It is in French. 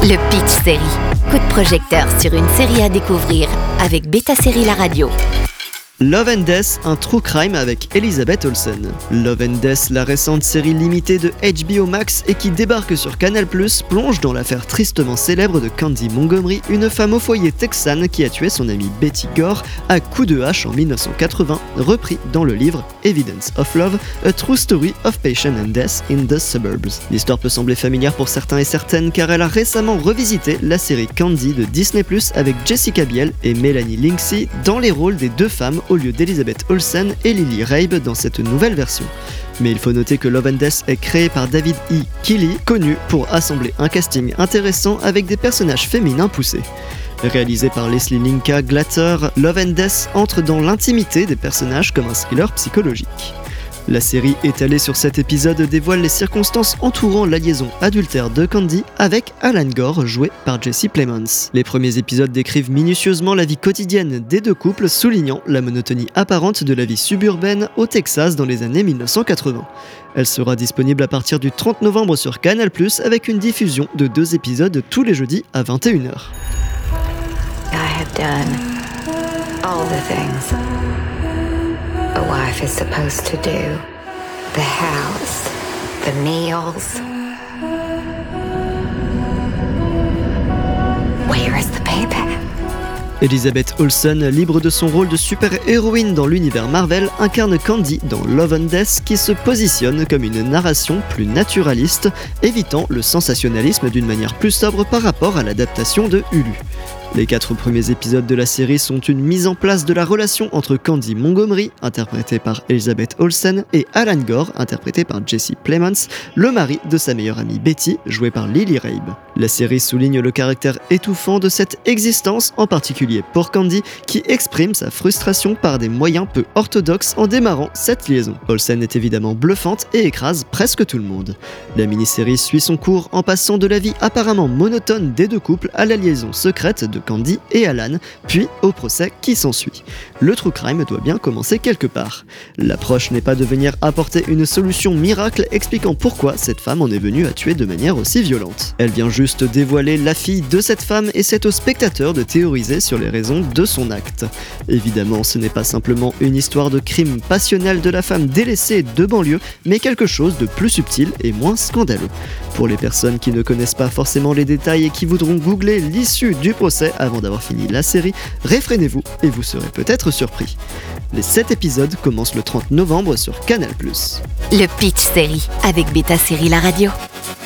Le Pitch Série. Coup de projecteur sur une série à découvrir avec Beta Série La Radio. Love and Death, un true crime avec Elizabeth Olsen. Love and Death, la récente série limitée de HBO Max et qui débarque sur Canal+, plonge dans l'affaire tristement célèbre de Candy Montgomery, une femme au foyer texane qui a tué son amie Betty Gore à coups de hache en 1980, repris dans le livre Evidence of Love, A True Story of Passion and Death in the Suburbs. L'histoire peut sembler familière pour certains et certaines car elle a récemment revisité la série Candy de Disney+, avec Jessica Biel et Melanie Lynskey dans les rôles des deux femmes au lieu d'Elizabeth Olsen et Lily Rabe dans cette nouvelle version. Mais il faut noter que Love and Death est créé par David E. Keeley, connu pour assembler un casting intéressant avec des personnages féminins poussés. Réalisé par Leslie Linka Glatter, Love and Death entre dans l'intimité des personnages comme un thriller psychologique. La série étalée sur 7 épisodes dévoile les circonstances entourant la liaison adultère de Candy avec Alan Gore, joué par Jesse Plemons. Les premiers épisodes décrivent minutieusement la vie quotidienne des deux couples, soulignant la monotonie apparente de la vie suburbaine au Texas dans les années 1980. Elle sera disponible à partir du 30 novembre sur Canal+, avec une diffusion de 2 épisodes tous les jeudis à 21h. I have done all the things a wife is supposed to do. The house, the meals. Where is the payback? Elizabeth Olsen, libre de son rôle de super-héroïne dans l'univers Marvel, incarne Candy dans Love and Death qui se positionne comme une narration plus naturaliste, évitant le sensationnalisme d'une manière plus sobre par rapport à l'adaptation de Hulu. Les 4 premiers épisodes de la série sont une mise en place de la relation entre Candy Montgomery, interprétée par Elizabeth Olsen, et Alan Gore, interprété par Jesse Plemons, le mari de sa meilleure amie Betty, jouée par Lily Rabe. La série souligne le caractère étouffant de cette existence, en particulier pour Candy, qui exprime sa frustration par des moyens peu orthodoxes en démarrant cette liaison. Olsen est évidemment bluffante et écrase presque tout le monde. La mini-série suit son cours en passant de la vie apparemment monotone des deux couples à la liaison secrète de Candy et Alan, puis au procès qui s'ensuit. Le true crime doit bien commencer quelque part. L'approche n'est pas de venir apporter une solution miracle expliquant pourquoi cette femme en est venue à tuer de manière aussi violente. Elle vient juste dévoiler la fille de cette femme et c'est au spectateur de théoriser sur les raisons de son acte. Évidemment, ce n'est pas simplement une histoire de crime passionnel de la femme délaissée de banlieue, mais quelque chose de plus subtil et moins scandaleux. Pour les personnes qui ne connaissent pas forcément les détails et qui voudront googler l'issue du procès avant d'avoir fini la série, réfrénez-vous et vous serez peut-être surpris. Les 7 épisodes commencent le 30 novembre sur Canal+. Le Pitch Série avec Beta Série La Radio.